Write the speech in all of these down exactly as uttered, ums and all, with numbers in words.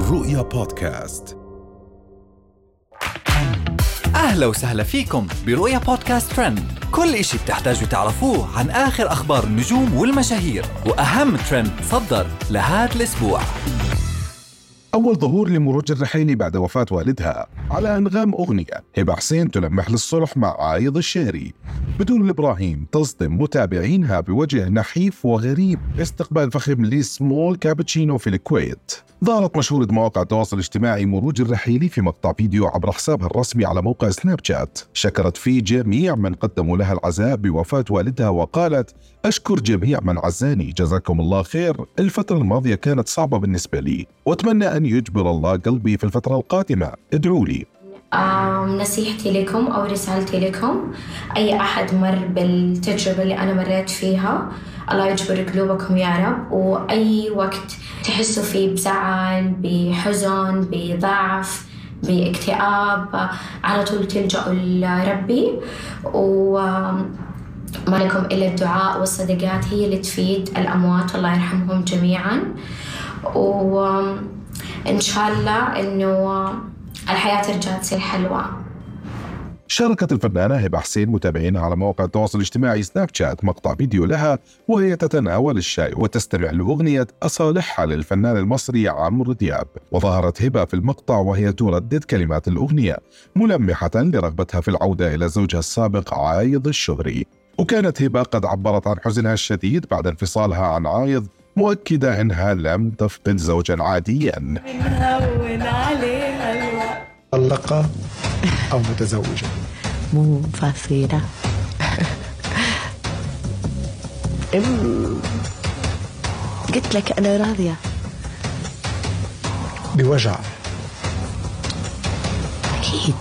رؤيا بودكاست. أهلا وسهلا فيكم برؤيا بودكاست ترند، كل إشي بتحتاجوا تعرفوه عن آخر أخبار النجوم والمشاهير وأهم ترند صدر لهذا الأسبوع. أول ظهور لمروج الرحيلي بعد وفاة والدها على أنغام أغنية. هبة حسين تلمح للصلح مع عايض الشهري. بدور الإبراهيم تصدم متابعينها بوجه نحيف وغريب. استقبال فخم لسمول كابتشينو في الكويت. ظهرت مشهورة مواقع التواصل الاجتماعي مروج الرحيلي في مقطع فيديو عبر حسابها الرسمي على موقع سناب شات، شكرت فيه جميع من قدموا لها العزاء بوفاة والدها، وقالت: أشكر جميع من عزاني، جزاكم الله خير. الفترة الماضية كانت صعبة بالنسبة لي، وأتمنى أن يجبر الله قلبي في الفترة القادمة، ادعوا لي. نصيحتي لكم أو رسالتي لكم، أي أحد مر بالتجربة اللي أنا مريت فيها، الله يجبر قلوبكم يا رب. وأي وقت تحسوا فيه بزعل، بحزن، بضعف، باكتئاب، على طول تلجأوا لربي، وما لكم إلا الدعاء والصدقات، هي اللي تفيد الأموات، الله يرحمهم جميعا. وإن شاء الله إنه الحياة ترجع تصير حلوة. شاركت الفنانة هبة حسين متابعينها على مواقع التواصل الاجتماعي سناب شات مقطع فيديو لها وهي تتناول الشاي وتستمع لأغنية أصالحها للفنان المصري عمرو دياب. وظهرت هبة في المقطع وهي تردد كلمات الأغنية، ملمحة لرغبتها في العودة إلى زوجها السابق عايض الشهري. وكانت هبة قد عبرت عن حزنها الشديد بعد انفصالها عن عايض، مؤكدة أنها لم تفقد زوجا عاديا. مطلقة أو متزوجة؟ منفصلة. قلت لك أنا راضية. بوجع؟ أكيد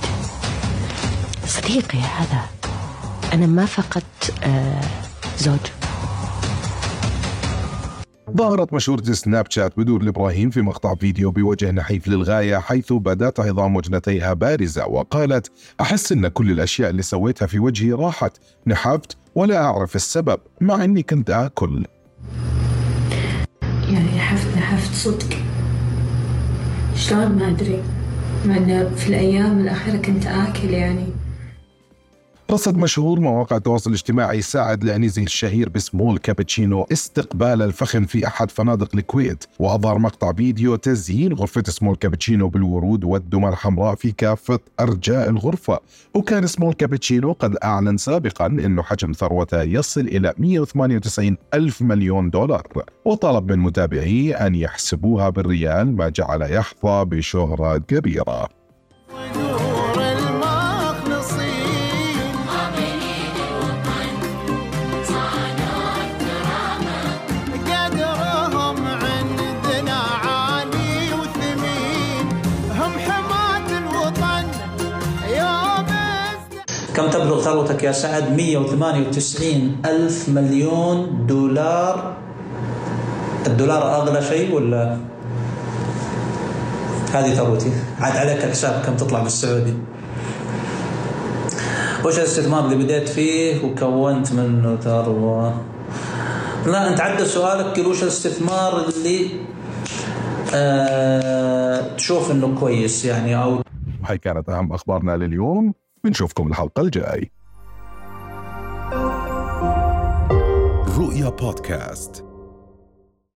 صديقي هذا، أنا ما فقدت آه زوج. ظهرت مشهورة سناب شات بدور الإبراهيم في مقطع فيديو بوجه نحيف للغاية، حيث بدات عظام وجنتيها بارزة، وقالت: أحس إن كل الأشياء اللي سويتها في وجهي راحت، نحفت ولا أعرف السبب مع إني كنت آكل. يعني نحفت نحفت صدق، شلون ما أدري، مع إنه في الأيام الأخيرة كنت آكل. يعني رصد مشهور مواقع التواصل الاجتماعي ساعد العنيزي الشهير بسمول كابتشينو استقبال الفخم في أحد فنادق الكويت، وأظهر مقطع فيديو تزيين غرفة سمول كابتشينو بالورود والدمى الحمراء في كافة أرجاء الغرفة. وكان سمول كابتشينو قد أعلن سابقا أنه حجم ثروته يصل إلى مئة وثمانية وتسعين ألف مليون دولار، وطلب من متابعيه أن يحسبوها بالريال، ما جعل يحظى بشهرة كبيرة. كم تبلغ ثروتك يا سعد؟ مئة وثمانية وتسعين ألف مليون دولار. الدولار أغلى شيء ولا؟ هذه ثروتي. عاد عليك الحساب كم تطلع بالسعودي. وش الاستثمار اللي بديت فيه وكونت منه ثروة؟ لا أنت عدل سؤالك، وش الاستثمار اللي آه تشوف إنه كويس يعني؟ أو هاي كانت أهم أخبارنا لليوم، بنشوفكم الحلقة الجاي. رؤيا بودكاست.